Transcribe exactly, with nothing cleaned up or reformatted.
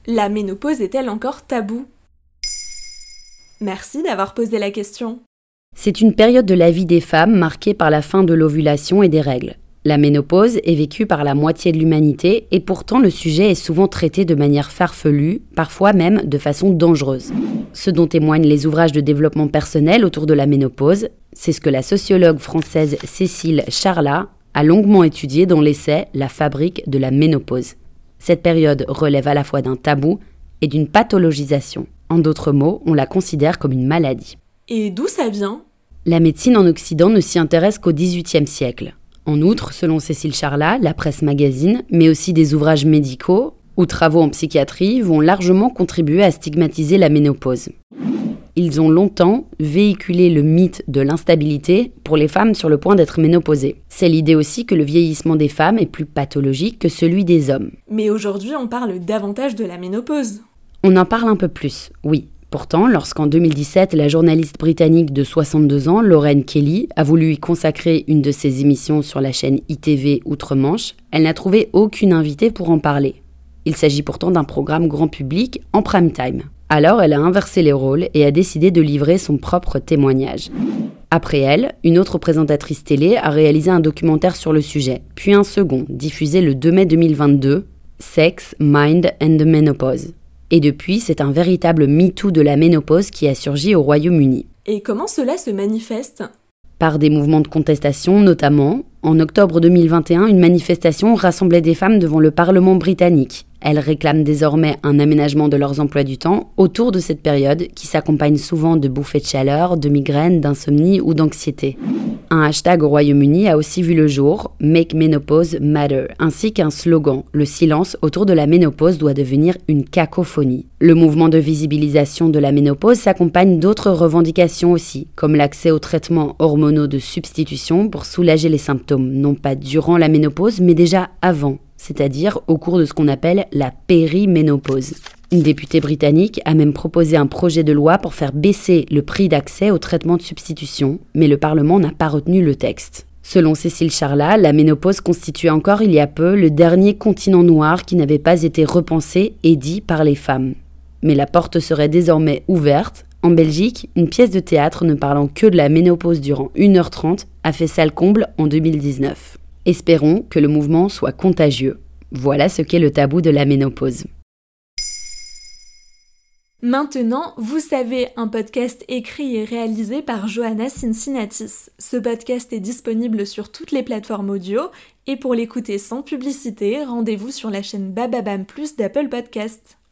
La ménopause est-elle encore taboue ? Merci d'avoir posé la question. C'est une période de la vie des femmes marquée par la fin de l'ovulation et des règles. La ménopause est vécue par la moitié de l'humanité et pourtant le sujet est souvent traité de manière farfelue, parfois même de façon dangereuse. Ce dont témoignent les ouvrages de développement personnel autour de la ménopause, c'est ce que la sociologue française Cécile Charlat a longuement étudié dans l'essai « La fabrique de la ménopause ». Cette période relève à la fois d'un tabou et d'une pathologisation. En d'autres mots, on la considère comme une maladie. Et d'où ça vient ? La médecine en Occident ne s'y intéresse qu'au dix-huitième siècle. En outre, selon Cécile Charlat, la presse magazine, mais aussi des ouvrages médicaux ou travaux en psychiatrie vont largement contribuer à stigmatiser la ménopause. Ils ont longtemps véhiculé le mythe de l'instabilité pour les femmes sur le point d'être ménopausées. C'est l'idée aussi que le vieillissement des femmes est plus pathologique que celui des hommes. Mais aujourd'hui, on parle davantage de la ménopause. On en parle un peu plus, oui. Pourtant, lorsqu'en deux mille dix-sept, la journaliste britannique de soixante-deux ans, Lauren Kelly, a voulu y consacrer une de ses émissions sur la chaîne I T V Outre-Manche, elle n'a trouvé aucune invitée pour en parler. Il s'agit pourtant d'un programme grand public en prime time. Alors, elle a inversé les rôles et a décidé de livrer son propre témoignage. Après elle, une autre présentatrice télé a réalisé un documentaire sur le sujet, puis un second, diffusé le deux mai deux mille vingt-deux, Sex, Mind and the Menopause. Et depuis, c'est un véritable MeToo de la ménopause qui a surgi au Royaume-Uni. Et comment cela se manifeste ? Par des mouvements de contestation notamment. En octobre deux mille vingt et un, une manifestation rassemblait des femmes devant le Parlement britannique. Elles réclament désormais un aménagement de leurs emplois du temps autour de cette période qui s'accompagne souvent de bouffées de chaleur, de migraines, d'insomnie ou d'anxiété. Un hashtag au Royaume-Uni a aussi vu le jour, Make Menopause Matter, ainsi qu'un slogan, le silence autour de la ménopause doit devenir une cacophonie. Le mouvement de visibilisation de la ménopause s'accompagne d'autres revendications aussi, comme l'accès aux traitements hormonaux de substitution pour soulager les symptômes, non pas durant la ménopause, mais déjà avant, c'est-à-dire au cours de ce qu'on appelle la périménopause. Une députée britannique a même proposé un projet de loi pour faire baisser le prix d'accès aux traitements de substitution, mais le Parlement n'a pas retenu le texte. Selon Cécile Charlat, la ménopause constituait encore il y a peu le dernier continent noir qui n'avait pas été repensé et dit par les femmes. Mais la porte serait désormais ouverte. En Belgique, une pièce de théâtre ne parlant que de la ménopause durant une heure trente a fait salle comble en deux mille dix-neuf. Espérons que le mouvement soit contagieux. Voilà ce qu'est le tabou de la ménopause. Maintenant, vous savez, un podcast écrit et réalisé par Johanna Cincinnatis. Ce podcast est disponible sur toutes les plateformes audio et pour l'écouter sans publicité, rendez-vous sur la chaîne Bababam Plus d'Apple Podcasts.